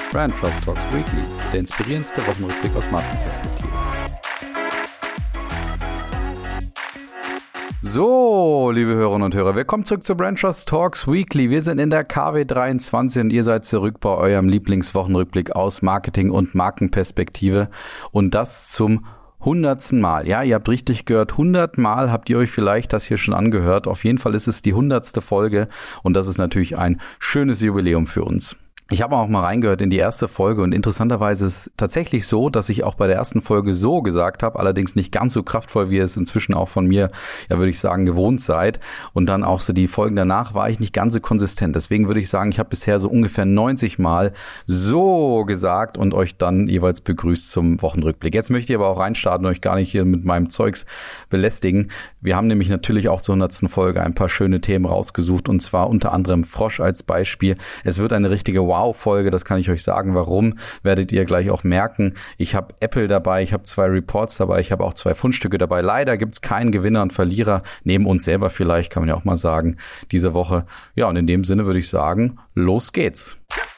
Brand Trust Talks Weekly, der inspirierendste Wochenrückblick aus Markenperspektive. So, liebe Hörerinnen und Hörer, willkommen zurück zu Brand Trust Talks Weekly. Wir sind in der KW 23 und ihr seid zurück bei eurem Lieblingswochenrückblick aus Marketing- und Markenperspektive und das zum 100. Mal. Ja, ihr habt richtig gehört, 100 Mal habt ihr euch vielleicht das hier schon angehört. Auf jeden Fall ist es die 100. Folge und das ist natürlich ein schönes Jubiläum für uns. Ich habe auch mal reingehört in die erste Folge und interessanterweise ist es tatsächlich so, dass ich auch bei der ersten Folge so gesagt habe, allerdings nicht ganz so kraftvoll, wie ihr es inzwischen auch von mir, ja würde ich sagen, gewohnt seid. Und dann auch so die Folgen danach war ich nicht ganz so konsistent. Deswegen würde ich sagen, ich habe bisher so ungefähr 90 Mal so gesagt und euch dann jeweils begrüßt zum Wochenrückblick. Jetzt möchte ich aber auch reinstarten und euch gar nicht hier mit meinem Zeugs belästigen. Wir haben nämlich natürlich auch zur 100. Folge ein paar schöne Themen rausgesucht und zwar unter anderem Frosch als Beispiel. Es wird eine richtige Wow-Folge, das kann ich euch sagen. Warum, werdet ihr gleich auch merken. Ich habe Apple dabei, ich habe 2 Reports dabei, ich habe auch 2 Fundstücke dabei. Leider gibt es keinen Gewinner und Verlierer, neben uns selber vielleicht, kann man ja auch mal sagen, diese Woche. Ja, und in dem Sinne würde ich sagen, los geht's.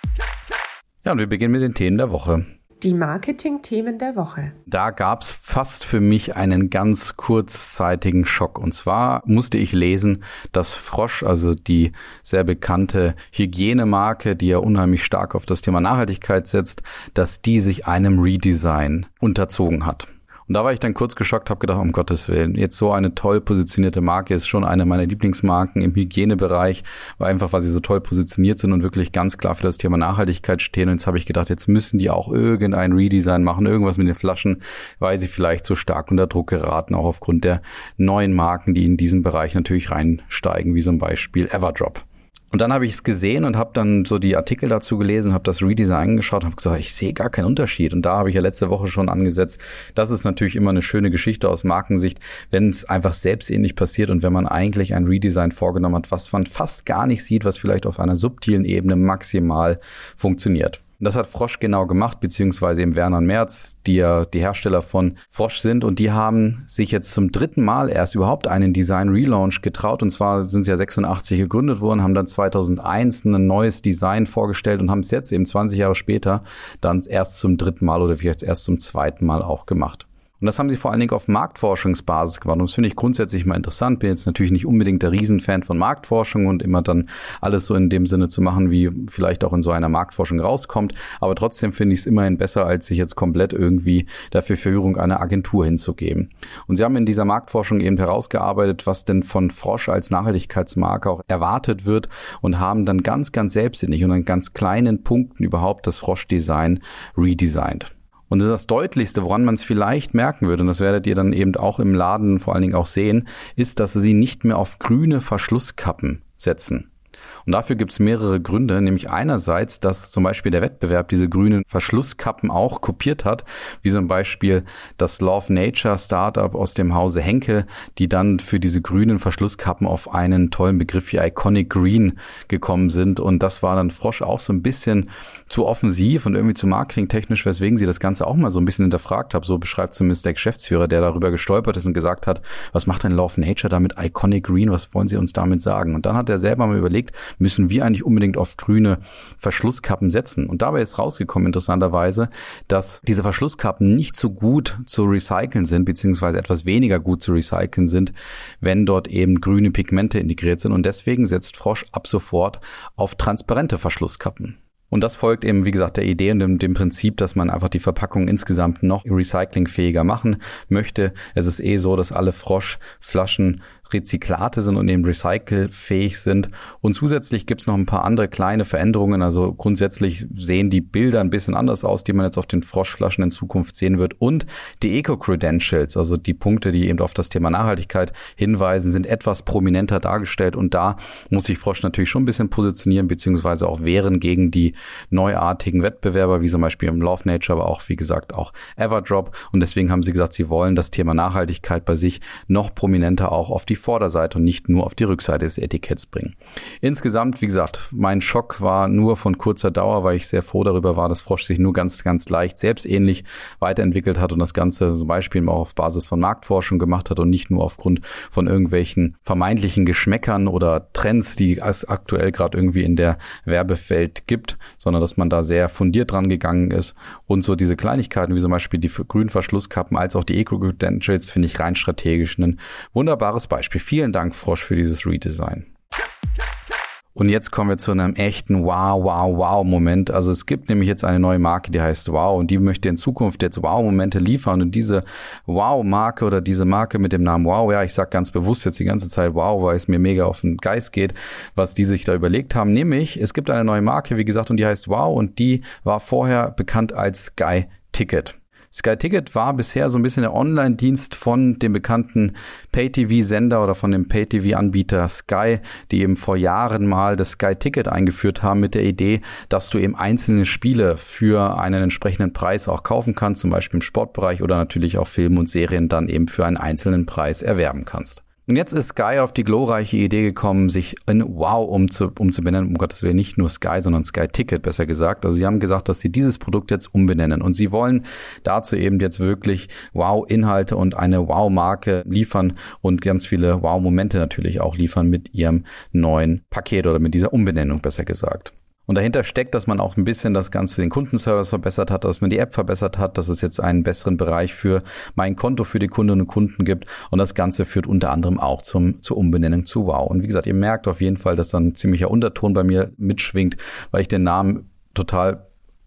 Ja, und wir beginnen mit den Themen der Woche. Die Marketing-Themen der Woche. Da gab's fast für mich einen ganz kurzzeitigen Schock. Und zwar musste ich lesen, dass Frosch, also die sehr bekannte Hygienemarke, die ja unheimlich stark auf das Thema Nachhaltigkeit setzt, dass die sich einem Redesign unterzogen hat. Und da war ich dann kurz geschockt, habe gedacht, um Gottes Willen, jetzt so eine toll positionierte Marke ist schon eine meiner Lieblingsmarken im Hygienebereich, einfach weil sie so toll positioniert sind und wirklich ganz klar für das Thema Nachhaltigkeit stehen. Und jetzt habe ich gedacht, jetzt müssen die auch irgendein Redesign machen, irgendwas mit den Flaschen, weil sie vielleicht so stark unter Druck geraten, auch aufgrund der neuen Marken, die in diesen Bereich natürlich reinsteigen, wie zum Beispiel Everdrop. Und dann habe ich es gesehen und habe dann so die Artikel dazu gelesen, habe das Redesign angeschaut und habe gesagt, ich sehe gar keinen Unterschied. Und da habe ich ja letzte Woche schon angesetzt. Das ist natürlich immer eine schöne Geschichte aus Markensicht, wenn es einfach selbstähnlich passiert und wenn man eigentlich ein Redesign vorgenommen hat, was man fast gar nicht sieht, was vielleicht auf einer subtilen Ebene maximal funktioniert. Und das hat Frosch genau gemacht, beziehungsweise eben Werner und Merz, die ja die Hersteller von Frosch sind. Und die haben sich jetzt zum 3. Mal erst überhaupt einen Design-Relaunch getraut. Und zwar sind sie ja 86 gegründet worden, haben dann 2001 ein neues Design vorgestellt und haben es jetzt eben 20 Jahre später dann erst zum 3. Mal oder vielleicht erst zum 2. Mal auch gemacht. Und das haben sie vor allen Dingen auf Marktforschungsbasis gemacht. Und das finde ich grundsätzlich mal interessant. Bin jetzt natürlich nicht unbedingt der Riesenfan von Marktforschung und immer dann alles so in dem Sinne zu machen, wie vielleicht auch in so einer Marktforschung rauskommt. Aber trotzdem finde ich es immerhin besser, als sich jetzt komplett irgendwie dafür Führung einer Agentur hinzugeben. Und sie haben in dieser Marktforschung eben herausgearbeitet, was denn von Frosch als Nachhaltigkeitsmarke auch erwartet wird und haben dann ganz, ganz selbstständig und an ganz kleinen Punkten überhaupt das Frosch-Design redesigned. Und das Deutlichste, woran man es vielleicht merken würde, und das werdet ihr dann eben auch im Laden vor allen Dingen auch sehen, ist, dass sie nicht mehr auf grüne Verschlusskappen setzen. Und dafür gibt es mehrere Gründe, nämlich einerseits, dass zum Beispiel der Wettbewerb diese grünen Verschlusskappen auch kopiert hat, wie zum Beispiel das Love Nature Startup aus dem Hause Henkel, die dann für diese grünen Verschlusskappen auf einen tollen Begriff wie Iconic Green gekommen sind. Und das war dann Frosch auch so ein bisschen zu offensiv und irgendwie zu marketingtechnisch, weswegen sie das Ganze auch mal so ein bisschen hinterfragt haben. So beschreibt zumindest der Geschäftsführer, der darüber gestolpert ist und gesagt hat, was macht denn Love Nature da mit Iconic Green? Was wollen sie uns damit sagen? Und dann hat er selber mal überlegt, müssen wir eigentlich unbedingt auf grüne Verschlusskappen setzen. Und dabei ist rausgekommen, interessanterweise, dass diese Verschlusskappen nicht so gut zu recyceln sind, beziehungsweise etwas weniger gut zu recyceln sind, wenn dort eben grüne Pigmente integriert sind. Und deswegen setzt Frosch ab sofort auf transparente Verschlusskappen. Und das folgt eben, wie gesagt, der Idee und dem Prinzip, dass man einfach die Verpackung insgesamt noch recyclingfähiger machen möchte. Es ist so, dass alle Froschflaschen Rezyklate sind und eben recycelfähig sind. Und zusätzlich gibt es noch ein paar andere kleine Veränderungen. Also grundsätzlich sehen die Bilder ein bisschen anders aus, die man jetzt auf den Froschflaschen in Zukunft sehen wird. Und die Eco-Credentials, also die Punkte, die eben auf das Thema Nachhaltigkeit hinweisen, sind etwas prominenter dargestellt. Und da muss sich Frosch natürlich schon ein bisschen positionieren, beziehungsweise auch wehren gegen die neuartigen Wettbewerber, wie zum Beispiel im Love Nature, aber auch, wie gesagt, auch Everdrop. Und deswegen haben sie gesagt, sie wollen das Thema Nachhaltigkeit bei sich noch prominenter auch auf die Vorderseite und nicht nur auf die Rückseite des Etiketts bringen. Insgesamt, wie gesagt, mein Schock war nur von kurzer Dauer, weil ich sehr froh darüber war, dass Frosch sich nur ganz, ganz leicht selbstähnlich weiterentwickelt hat und das Ganze zum Beispiel auch auf Basis von Marktforschung gemacht hat und nicht nur aufgrund von irgendwelchen vermeintlichen Geschmäckern oder Trends, die es aktuell gerade irgendwie in der Werbewelt gibt, sondern dass man da sehr fundiert dran gegangen ist und so diese Kleinigkeiten wie zum Beispiel die grünen Verschlusskappen als auch die Eco-Credentials finde ich rein strategisch ein wunderbares Beispiel. Vielen Dank, Frosch, für dieses Redesign. Und jetzt kommen wir zu einem echten Wow-Moment. Also es gibt nämlich jetzt eine neue Marke, die heißt Wow und die möchte in Zukunft jetzt Wow-Momente liefern. Und diese Wow-Marke oder diese Marke mit dem Namen Wow, ja, ich sag ganz bewusst jetzt die ganze Zeit Wow, weil es mir mega auf den Geist geht, was die sich da überlegt haben. Nämlich, es gibt eine neue Marke, wie gesagt, und die heißt Wow und die war vorher bekannt als Sky Ticket. Sky Ticket war bisher so ein bisschen der Online-Dienst von dem bekannten Pay-TV-Sender oder von dem Pay-TV-Anbieter Sky, die eben vor Jahren mal das Sky Ticket eingeführt haben mit der Idee, dass du eben einzelne Spiele für einen entsprechenden Preis auch kaufen kannst, zum Beispiel im Sportbereich oder natürlich auch Filme und Serien dann eben für einen einzelnen Preis erwerben kannst. Und jetzt ist Sky auf die glorreiche Idee gekommen, sich in Wow umzubenennen. Um Gottes Willen nicht nur Sky, sondern Sky Ticket, besser gesagt. Also sie haben gesagt, dass sie dieses Produkt jetzt umbenennen. Und sie wollen dazu eben jetzt wirklich Wow-Inhalte und eine Wow-Marke liefern und ganz viele Wow-Momente natürlich auch liefern mit ihrem neuen Paket oder mit dieser Umbenennung, besser gesagt. Und dahinter steckt, dass man auch ein bisschen das Ganze, den Kundenservice verbessert hat, dass man die App verbessert hat, dass es jetzt einen besseren Bereich für mein Konto für die Kundinnen und Kunden gibt. Und das Ganze führt unter anderem auch zur Umbenennung zu Wow. Und wie gesagt, ihr merkt auf jeden Fall, dass dann ein ziemlicher Unterton bei mir mitschwingt, weil ich den Namen total,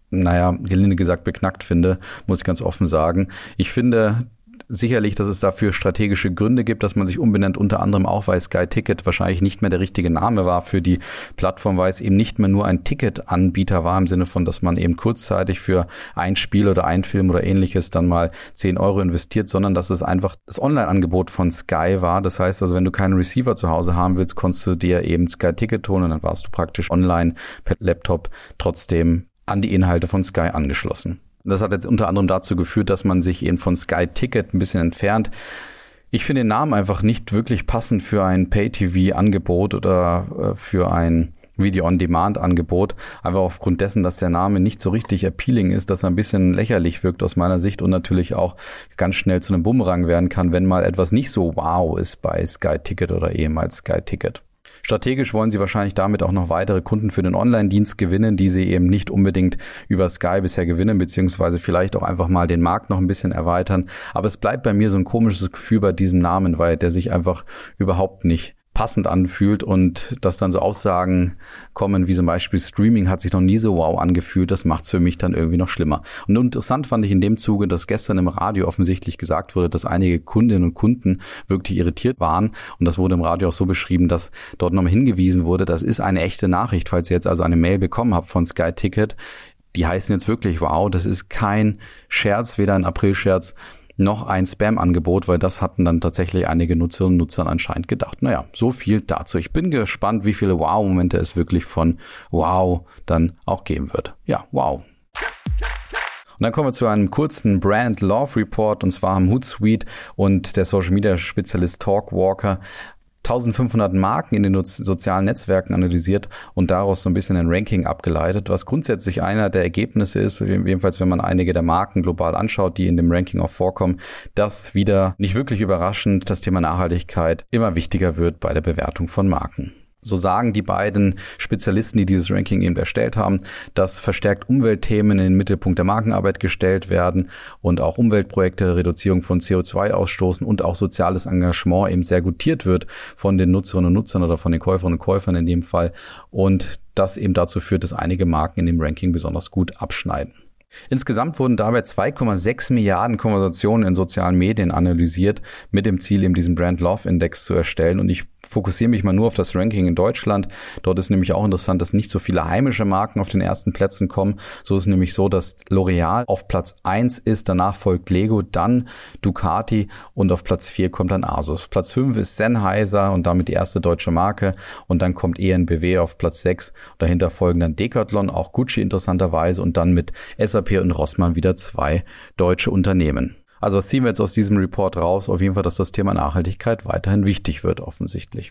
gelinde gesagt, beknackt finde, muss ich ganz offen sagen. Ich finde sicherlich, dass es dafür strategische Gründe gibt, dass man sich umbenennt, unter anderem auch, weil Sky Ticket wahrscheinlich nicht mehr der richtige Name war für die Plattform, weil es eben nicht mehr nur ein Ticketanbieter war, im Sinne von, dass man eben kurzzeitig für ein Spiel oder ein Film oder ähnliches dann mal 10 € investiert, sondern dass es einfach das Online-Angebot von Sky war. Das heißt also, wenn du keinen Receiver zu Hause haben willst, konntest du dir eben Sky Ticket holen und dann warst du praktisch online per Laptop trotzdem an die Inhalte von Sky angeschlossen. Das hat jetzt unter anderem dazu geführt, dass man sich eben von Sky Ticket ein bisschen entfernt. Ich finde den Namen einfach nicht wirklich passend für ein Pay-TV-Angebot oder für ein Video-on-Demand-Angebot. Einfach aufgrund dessen, dass der Name nicht so richtig appealing ist, dass er ein bisschen lächerlich wirkt aus meiner Sicht und natürlich auch ganz schnell zu einem Bumerang werden kann, wenn mal etwas nicht so wow ist bei Sky Ticket oder ehemals Sky Ticket. Strategisch wollen sie wahrscheinlich damit auch noch weitere Kunden für den Online-Dienst gewinnen, die sie eben nicht unbedingt über Sky bisher gewinnen, beziehungsweise vielleicht auch einfach mal den Markt noch ein bisschen erweitern. Aber es bleibt bei mir so ein komisches Gefühl bei diesem Namen, weil der sich einfach überhaupt nicht passend anfühlt und dass dann so Aussagen kommen, wie zum Beispiel Streaming hat sich noch nie so wow angefühlt, das macht es für mich dann irgendwie noch schlimmer. Und interessant fand ich in dem Zuge, dass gestern im Radio offensichtlich gesagt wurde, dass einige Kundinnen und Kunden wirklich irritiert waren und das wurde im Radio auch so beschrieben, dass dort nochmal hingewiesen wurde, das ist eine echte Nachricht, falls ihr jetzt also eine Mail bekommen habt von Sky Ticket, die heißen jetzt wirklich wow, das ist kein Scherz, weder ein April-Scherz noch ein Spam-Angebot, weil das hatten dann tatsächlich einige Nutzerinnen und Nutzer anscheinend gedacht. Naja, so viel dazu. Ich bin gespannt, wie viele Wow-Momente es wirklich von Wow dann auch geben wird. Ja, wow. Und dann kommen wir zu einem kurzen Brand Love Report und zwar haben Hootsuite und der Social Media Spezialist Talkwalker 1500 Marken in den sozialen Netzwerken analysiert und daraus so ein bisschen ein Ranking abgeleitet, was grundsätzlich einer der Ergebnisse ist, jedenfalls wenn man einige der Marken global anschaut, die in dem Ranking auch vorkommen, dass wieder nicht wirklich überraschend das Thema Nachhaltigkeit immer wichtiger wird bei der Bewertung von Marken. So sagen die beiden Spezialisten, die dieses Ranking eben erstellt haben, dass verstärkt Umweltthemen in den Mittelpunkt der Markenarbeit gestellt werden und auch Umweltprojekte, Reduzierung von CO2-Ausstoßen und auch soziales Engagement eben sehr gutiert wird von den Nutzerinnen und Nutzern oder von den Käuferinnen und Käufern in dem Fall und das eben dazu führt, dass einige Marken in dem Ranking besonders gut abschneiden. Insgesamt wurden dabei 2,6 Milliarden Konversationen in sozialen Medien analysiert, mit dem Ziel, eben diesen Brand Love Index zu erstellen. Und ich fokussiere mich mal nur auf das Ranking in Deutschland. Dort ist nämlich auch interessant, dass nicht so viele heimische Marken auf den ersten Plätzen kommen. So ist es nämlich so, dass L'Oreal auf Platz 1 ist, danach folgt Lego, dann Ducati und auf Platz 4 kommt dann Asus. Platz 5 ist Sennheiser und damit die erste deutsche Marke und dann kommt ENBW auf Platz 6. Dahinter folgen dann Decathlon, auch Gucci interessanterweise und dann mit SAP und Rossmann wieder 2 deutsche Unternehmen. Also was ziehen wir jetzt aus diesem Report raus? Auf jeden Fall, dass das Thema Nachhaltigkeit weiterhin wichtig wird, offensichtlich.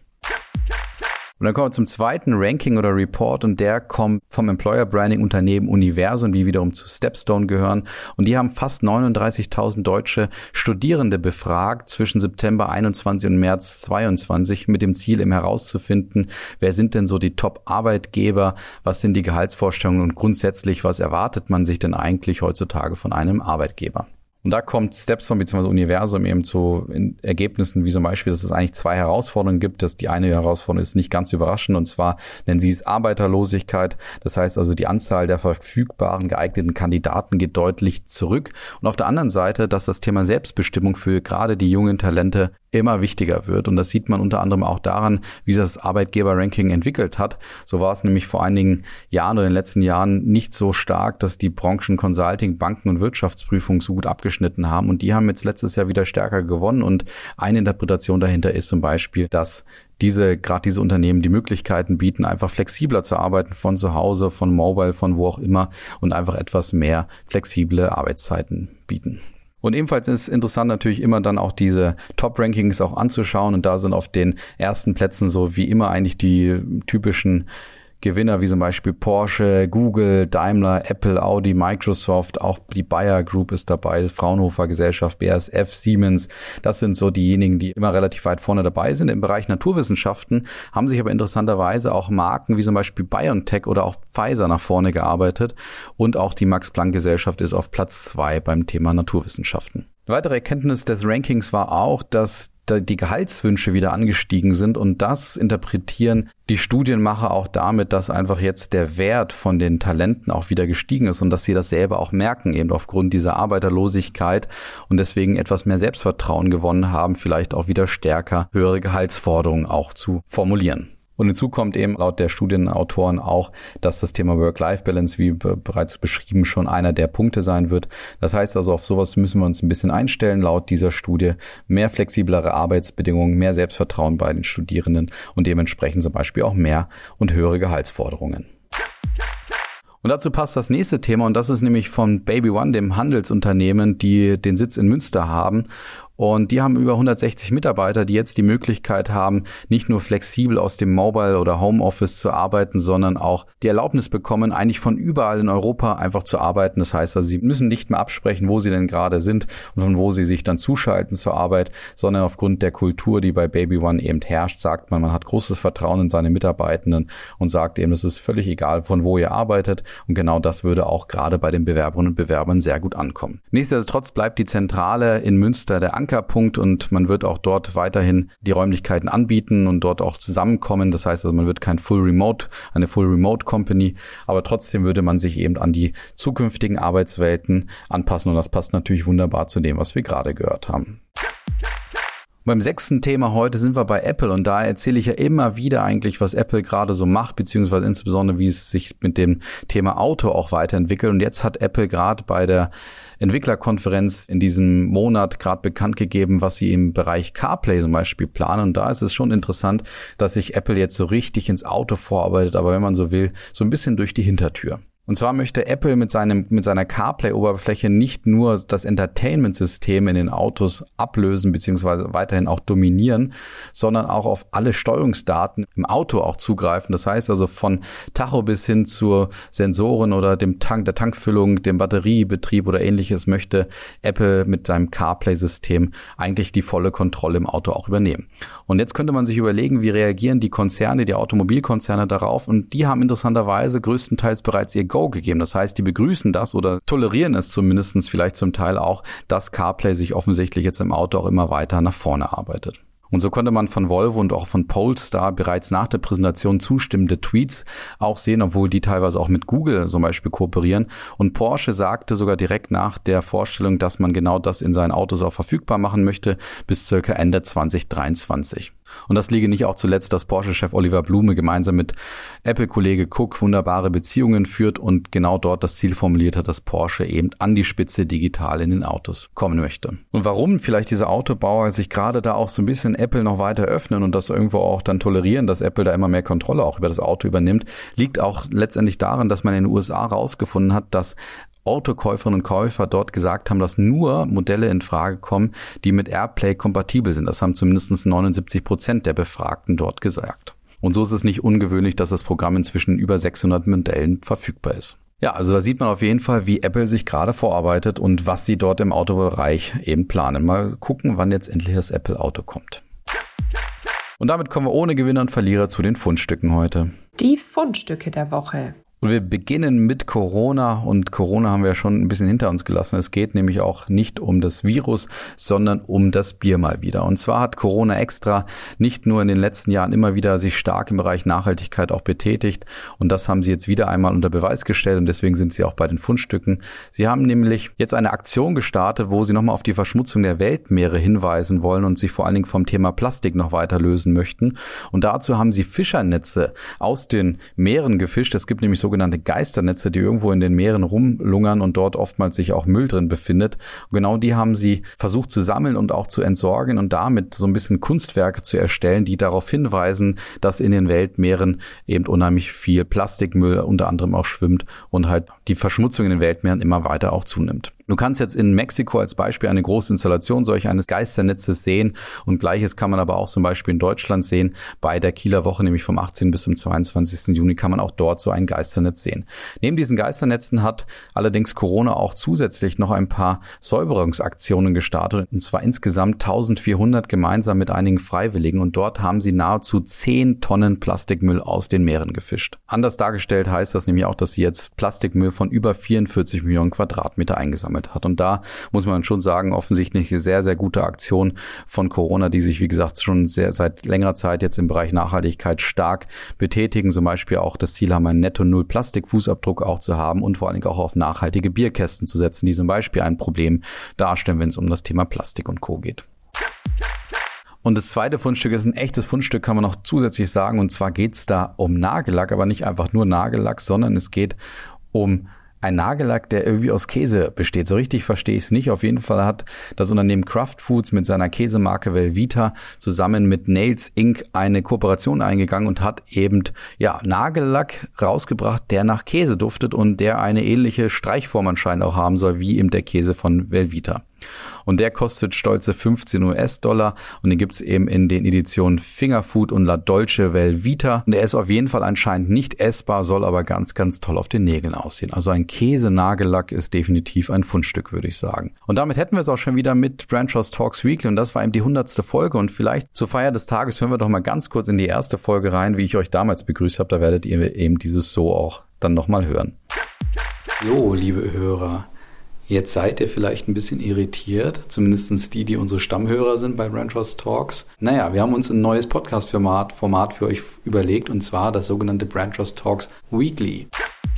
Und dann kommen wir zum zweiten Ranking oder Report und der kommt vom Employer Branding Unternehmen Universum, die wiederum zu Stepstone gehören. Und die haben fast 39.000 deutsche Studierende befragt zwischen September 21 und März 22 mit dem Ziel, eben herauszufinden, wer sind denn so die Top-Arbeitgeber, was sind die Gehaltsvorstellungen und grundsätzlich, was erwartet man sich denn eigentlich heutzutage von einem Arbeitgeber? Und da kommt Stepstone bzw. Universum eben zu Ergebnissen wie zum Beispiel, dass es eigentlich zwei Herausforderungen gibt. Dass die eine Herausforderung ist nicht ganz überraschend und zwar nennen sie es Arbeiterlosigkeit. Das heißt also, die Anzahl der verfügbaren geeigneten Kandidaten geht deutlich zurück. Und auf der anderen Seite, dass das Thema Selbstbestimmung für gerade die jungen Talente immer wichtiger wird. Und das sieht man unter anderem auch daran, wie sich das Arbeitgeber-Ranking entwickelt hat. So war es nämlich vor einigen Jahren oder in den letzten Jahren nicht so stark, dass die Branchen Consulting, Banken und Wirtschaftsprüfung so gut abgeschnitten haben. Und die haben jetzt letztes Jahr wieder stärker gewonnen. Und eine Interpretation dahinter ist zum Beispiel, dass gerade diese Unternehmen die Möglichkeiten bieten, einfach flexibler zu arbeiten von zu Hause, von Mobile, von wo auch immer und einfach etwas mehr flexible Arbeitszeiten bieten. Und ebenfalls ist interessant natürlich immer dann auch diese Top-Rankings auch anzuschauen und da sind auf den ersten Plätzen so wie immer eigentlich die typischen Gewinner wie zum Beispiel Porsche, Google, Daimler, Apple, Audi, Microsoft, auch die Bayer Group ist dabei, Fraunhofer Gesellschaft, BASF, Siemens. Das sind so diejenigen, die immer relativ weit vorne dabei sind. Im Bereich Naturwissenschaften haben sich aber interessanterweise auch Marken wie zum Beispiel BioNTech oder auch Pfizer nach vorne gearbeitet und auch die Max-Planck-Gesellschaft ist auf Platz 2 beim Thema Naturwissenschaften. Eine weitere Erkenntnis des Rankings war auch, dass die Gehaltswünsche wieder angestiegen sind und das interpretieren die Studienmacher auch damit, dass einfach jetzt der Wert von den Talenten auch wieder gestiegen ist und dass sie das selber auch merken, eben aufgrund dieser Arbeiterlosigkeit und deswegen etwas mehr Selbstvertrauen gewonnen haben, vielleicht auch wieder stärker höhere Gehaltsforderungen auch zu formulieren. Und hinzu kommt eben laut der Studienautoren auch, dass das Thema Work-Life-Balance, wie bereits beschrieben, schon einer der Punkte sein wird. Das heißt also, auf sowas müssen wir uns ein bisschen einstellen. Laut dieser Studie mehr flexiblere Arbeitsbedingungen, mehr Selbstvertrauen bei den Studierenden und dementsprechend zum Beispiel auch mehr und höhere Gehaltsforderungen. Und dazu passt das nächste Thema und das ist nämlich von Baby One, dem Handelsunternehmen, die den Sitz in Münster haben. Und die haben über 160 Mitarbeiter, die jetzt die Möglichkeit haben, nicht nur flexibel aus dem Mobile oder Homeoffice zu arbeiten, sondern auch die Erlaubnis bekommen, eigentlich von überall in Europa einfach zu arbeiten. Das heißt also, sie müssen nicht mehr absprechen, wo sie denn gerade sind und von wo sie sich dann zuschalten zur Arbeit, sondern aufgrund der Kultur, die bei Baby One eben herrscht, sagt man hat großes Vertrauen in seine Mitarbeitenden und sagt eben, es ist völlig egal, von wo ihr arbeitet. Und genau das würde auch gerade bei den Bewerberinnen und Bewerbern sehr gut ankommen. Nichtsdestotrotz bleibt die Zentrale in Münster der Ankerpunkt und man wird auch dort weiterhin die Räumlichkeiten anbieten und dort auch zusammenkommen. Das heißt also, man wird eine Full Remote Company, aber trotzdem würde man sich eben an die zukünftigen Arbeitswelten anpassen und das passt natürlich wunderbar zu dem, was wir gerade gehört haben. Beim 6. Thema heute sind wir bei Apple und da erzähle ich ja immer wieder eigentlich, was Apple gerade so macht, beziehungsweise insbesondere, wie es sich mit dem Thema Auto auch weiterentwickelt. Und jetzt hat Apple gerade bei der Entwicklerkonferenz in diesem Monat gerade bekannt gegeben, was sie im Bereich CarPlay zum Beispiel planen. Und da ist es schon interessant, dass sich Apple jetzt so richtig ins Auto vorarbeitet, aber wenn man so will, so ein bisschen durch die Hintertür. Und zwar möchte Apple mit seiner CarPlay-Oberfläche nicht nur das Entertainment-System in den Autos ablösen bzw. weiterhin auch dominieren, sondern auch auf alle Steuerungsdaten im Auto auch zugreifen. Das heißt also von Tacho bis hin zu Sensoren oder der Tankfüllung, dem Batteriebetrieb oder ähnliches möchte Apple mit seinem CarPlay-System eigentlich die volle Kontrolle im Auto auch übernehmen. Und jetzt könnte man sich überlegen, wie reagieren die Konzerne, die Automobilkonzerne darauf und die haben interessanterweise größtenteils bereits ihr Go gegeben. Das heißt, die begrüßen das oder tolerieren es zumindest vielleicht zum Teil auch, dass CarPlay sich offensichtlich jetzt im Auto auch immer weiter nach vorne arbeitet. Und so konnte man von Volvo und auch von Polestar bereits nach der Präsentation zustimmende Tweets auch sehen, obwohl die teilweise auch mit Google zum Beispiel kooperieren. Und Porsche sagte sogar direkt nach der Vorstellung, dass man genau das in seinen Autos auch verfügbar machen möchte bis circa Ende 2023. Und das liege nicht auch zuletzt, dass Porsche-Chef Oliver Blume gemeinsam mit Apple-Kollege Cook wunderbare Beziehungen führt und genau dort das Ziel formuliert hat, dass Porsche eben an die Spitze digital in den Autos kommen möchte. Und warum vielleicht diese Autobauer sich gerade da auch so ein bisschen Apple noch weiter öffnen und das irgendwo auch dann tolerieren, dass Apple da immer mehr Kontrolle auch über das Auto übernimmt, liegt auch letztendlich daran, dass man in den USA herausgefunden hat, dass Autokäuferinnen und Käufer dort gesagt haben, dass nur Modelle in Frage kommen, die mit AirPlay kompatibel sind. Das haben zumindest 79% der Befragten dort gesagt. Und so ist es nicht ungewöhnlich, dass das Programm inzwischen in über 600 Modellen verfügbar ist. Ja, also da sieht man auf jeden Fall, wie Apple sich gerade vorarbeitet und was sie dort im Autobereich eben planen. Mal gucken, wann jetzt endlich das Apple-Auto kommt. Und damit kommen wir ohne Gewinner und Verlierer zu den Fundstücken heute. Die Fundstücke der Woche. Und wir beginnen mit Corona und Corona haben wir ja schon ein bisschen hinter uns gelassen. Es geht nämlich auch nicht um das Virus, sondern um das Bier mal wieder. Und zwar hat Corona Extra nicht nur in den letzten Jahren immer wieder sich stark im Bereich Nachhaltigkeit auch betätigt und das haben sie jetzt wieder einmal unter Beweis gestellt und deswegen sind sie auch bei den Fundstücken. Sie haben nämlich jetzt eine Aktion gestartet, wo sie nochmal auf die Verschmutzung der Weltmeere hinweisen wollen und sich vor allen Dingen vom Thema Plastik noch weiter lösen möchten. Und dazu haben sie Fischernetze aus den Meeren gefischt. Es gibt nämlich sogenannte Geisternetze, die irgendwo in den Meeren rumlungern und dort oftmals sich auch Müll drin befindet. Und genau die haben sie versucht zu sammeln und auch zu entsorgen und damit so ein bisschen Kunstwerke zu erstellen, die darauf hinweisen, dass in den Weltmeeren eben unheimlich viel Plastikmüll unter anderem auch schwimmt und halt die Verschmutzung in den Weltmeeren immer weiter auch zunimmt. Du kannst jetzt in Mexiko als Beispiel eine große Installation solch eines Geisternetzes sehen und Gleiches kann man aber auch zum Beispiel in Deutschland sehen. Bei der Kieler Woche, nämlich vom 18. bis zum 22. Juni, kann man auch dort so ein Geisternetz sehen. Neben diesen Geisternetzen hat allerdings Corona auch zusätzlich noch ein paar Säuberungsaktionen gestartet und zwar insgesamt 1400 gemeinsam mit einigen Freiwilligen und dort haben sie nahezu 10 Tonnen Plastikmüll aus den Meeren gefischt. Anders dargestellt heißt das nämlich auch, dass sie jetzt Plastikmüll von über 44 Millionen Quadratmeter eingesammelt hat. Und da muss man schon sagen, offensichtlich eine sehr, sehr gute Aktion von Corona, die sich, wie gesagt, schon seit längerer Zeit jetzt im Bereich Nachhaltigkeit stark betätigen. Zum Beispiel auch das Ziel haben, einen Netto-Null-Plastik-Fußabdruck auch zu haben und vor allen Dingen auch auf nachhaltige Bierkästen zu setzen, die zum Beispiel ein Problem darstellen, wenn es um das Thema Plastik und Co. geht. Und das zweite Fundstück ist ein echtes Fundstück, kann man noch zusätzlich sagen. Und zwar geht es da um Nagellack, aber nicht einfach nur Nagellack, sondern es geht um ein Nagellack, der irgendwie aus Käse besteht. So richtig verstehe ich es nicht. Auf jeden Fall hat das Unternehmen Kraft Foods mit seiner Käsemarke Velveeta zusammen mit Nails Inc. eine Kooperation eingegangen und hat eben Nagellack rausgebracht, der nach Käse duftet und der eine ähnliche Streichform anscheinend auch haben soll wie eben der Käse von Velveeta. Und der kostet stolze $15 und den gibt's eben in den Editionen Fingerfood und La Dolce Velveeta. Und der ist auf jeden Fall anscheinend nicht essbar, soll aber ganz, ganz toll auf den Nägeln aussehen. Also ein Käse-Nagellack ist definitiv ein Fundstück, würde ich sagen. Und damit hätten wir es auch schon wieder mit Brand Trust Talks Weekly und das war eben die 100. Folge und vielleicht zur Feier des Tages hören wir doch mal ganz kurz in die erste Folge rein, wie ich euch damals begrüßt habe. Da werdet ihr eben dieses So auch dann nochmal hören. So, liebe Hörer. Jetzt seid ihr vielleicht ein bisschen irritiert, zumindest die unsere Stammhörer sind bei Brand Trust Talks. Naja, wir haben uns ein neues Podcast-Format für euch überlegt und zwar das sogenannte Brand Trust Talks Weekly.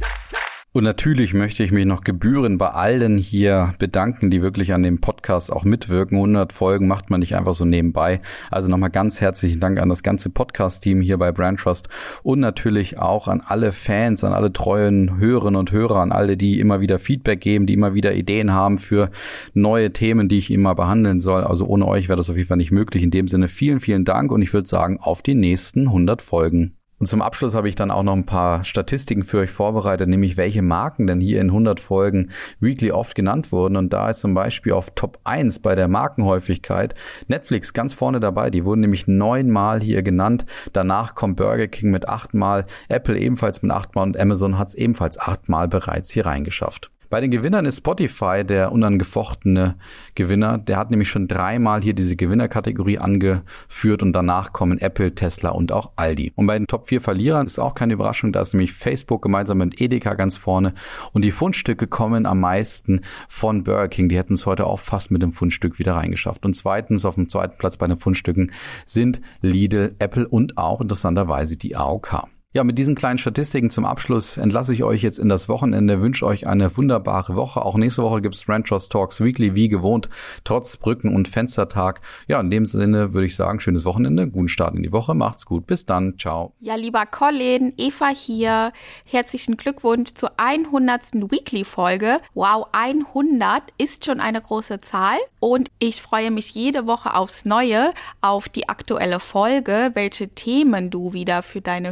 Und natürlich möchte ich mich noch gebührend bei allen hier bedanken, die wirklich an dem Podcast auch mitwirken. 100 Folgen macht man nicht einfach so nebenbei. Also nochmal ganz herzlichen Dank an das ganze Podcast-Team hier bei Brand Trust und natürlich auch an alle Fans, an alle treuen Hörerinnen und Hörer, an alle, die immer wieder Feedback geben, die immer wieder Ideen haben für neue Themen, die ich immer behandeln soll. Also ohne euch wäre das auf jeden Fall nicht möglich. In dem Sinne vielen, vielen Dank und ich würde sagen, auf die nächsten 100 Folgen. Und zum Abschluss habe ich dann auch noch ein paar Statistiken für euch vorbereitet, nämlich welche Marken denn hier in 100 Folgen Weekly oft genannt wurden. Und da ist zum Beispiel auf Top 1 bei der Markenhäufigkeit Netflix ganz vorne dabei. Die wurden nämlich 9-mal hier genannt. Danach kommt Burger King mit 8-mal, Apple ebenfalls mit 8-mal und Amazon hat es ebenfalls 8-mal bereits hier reingeschafft. Bei den Gewinnern ist Spotify der unangefochtene Gewinner. Der hat nämlich schon 3-mal hier diese Gewinnerkategorie angeführt und danach kommen Apple, Tesla und auch Aldi. Und bei den Top 4 Verlierern ist auch keine Überraschung, da ist nämlich Facebook gemeinsam mit Edeka ganz vorne und die Fundstücke kommen am meisten von Burger King. Die hätten es heute auch fast mit dem Fundstück wieder reingeschafft. Und zweitens auf dem zweiten Platz bei den Fundstücken sind Lidl, Apple und auch interessanterweise die AOK. Ja, mit diesen kleinen Statistiken zum Abschluss entlasse ich euch jetzt in das Wochenende, wünsche euch eine wunderbare Woche. Auch nächste Woche gibt's Brand Trust Talks Weekly wie gewohnt, trotz Brücken- und Fenstertag. Ja, in dem Sinne würde ich sagen, schönes Wochenende, guten Start in die Woche, macht's gut, bis dann, ciao. Ja, lieber Colin, Eva hier, herzlichen Glückwunsch zur 100. Weekly-Folge. Wow, 100 ist schon eine große Zahl und ich freue mich jede Woche aufs Neue auf die aktuelle Folge, welche Themen du wieder für deine Hörerinnen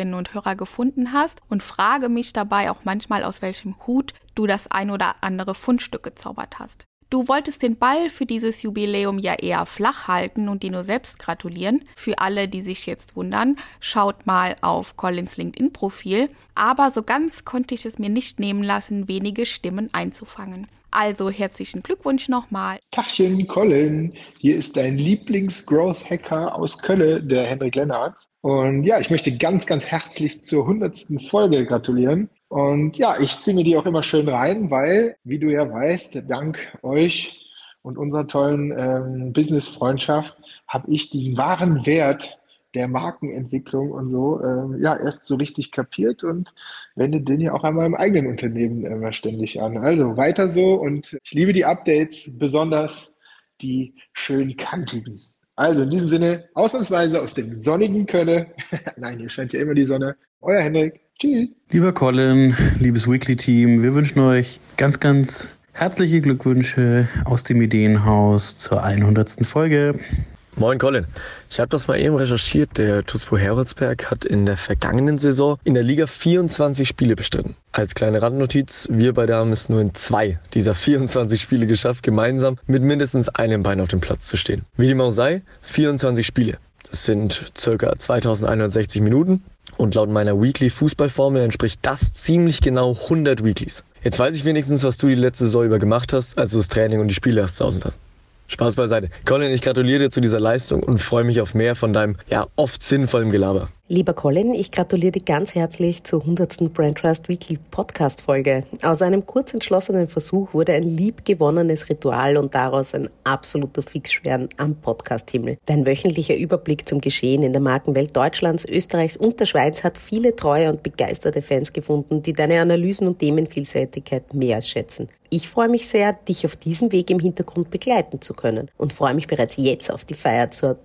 Hörerinnen und Hörer gefunden hast und frage mich dabei auch manchmal, aus welchem Hut du das ein oder andere Fundstück gezaubert hast. Du wolltest den Ball für dieses Jubiläum ja eher flach halten und dir nur selbst gratulieren. Für alle, die sich jetzt wundern, schaut mal auf Collins LinkedIn-Profil. Aber so ganz konnte ich es mir nicht nehmen lassen, wenige Stimmen einzufangen. Also herzlichen Glückwunsch nochmal. Tachchen, Colin, hier ist dein Lieblings-Growth-Hacker aus Köln, der Henrik Lennartz. Und ja, ich möchte ganz, ganz herzlich zur 100. Folge gratulieren. Und ja, ich ziehe mir die auch immer schön rein, weil, wie du ja weißt, dank euch und unserer tollen Business-Freundschaft habe ich diesen wahren Wert der Markenentwicklung und so erst so richtig kapiert und wende den ja auch einmal im eigenen Unternehmen immer ständig an. Also weiter so und ich liebe die Updates, besonders die schön kantigen. Also in diesem Sinne, ausnahmsweise aus dem sonnigen Köln. Nein, hier scheint ja immer die Sonne. Euer Henrik. Tschüss. Lieber Colin, liebes Weekly-Team, wir wünschen euch ganz, ganz herzliche Glückwünsche aus dem Ideenhaus zur 100. Folge. Moin Colin, ich habe das mal eben recherchiert. Der TuSpo Heroldsberg hat in der vergangenen Saison in der Liga 24 Spiele bestritten. Als kleine Randnotiz, wir beide haben es nur in 2 dieser 24 Spiele geschafft, gemeinsam mit mindestens einem Bein auf dem Platz zu stehen. Wie dem auch sei, 24 Spiele. Das sind ca. 2160 Minuten und laut meiner Weekly-Fußballformel entspricht das ziemlich genau 100 Weeklies. Jetzt weiß ich wenigstens, was du die letzte Saison über gemacht hast, als du das Training und die Spiele hast sausen lassen. Spaß beiseite. Colin, ich gratuliere dir zu dieser Leistung und freue mich auf mehr von deinem, oft sinnvollen Gelaber. Lieber Colin, ich gratuliere dir ganz herzlich zur 100. Brand Trust Weekly Podcast Folge. Aus einem kurz entschlossenen Versuch wurde ein liebgewonnenes Ritual und daraus ein absoluter Fixstern am Podcast-Himmel. Dein wöchentlicher Überblick zum Geschehen in der Markenwelt Deutschlands, Österreichs und der Schweiz hat viele treue und begeisterte Fans gefunden, die deine Analysen und Themenvielseitigkeit mehr als schätzen. Ich freue mich sehr, dich auf diesem Weg im Hintergrund begleiten zu können und freue mich bereits jetzt auf die Feier zur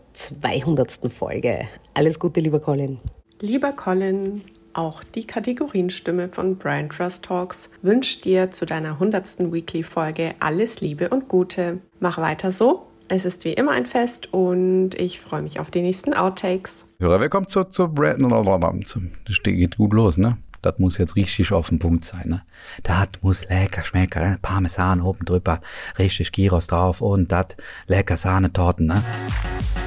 200. Folge. Alles Gute, lieber Colin. Lieber Colin, auch die Kategorienstimme von Brand Trust Talks wünscht dir zu deiner 100. Weekly-Folge alles Liebe und Gute. Mach weiter so. Es ist wie immer ein Fest und ich freue mich auf die nächsten Outtakes. Hörer, willkommen zur Brand. Das geht gut los, ne? Das muss jetzt richtig auf den Punkt sein, ne? Das muss lecker schmecken, ne? Parmesan oben drüber, richtig Gyros drauf und das lecker Sahnetorten, ne?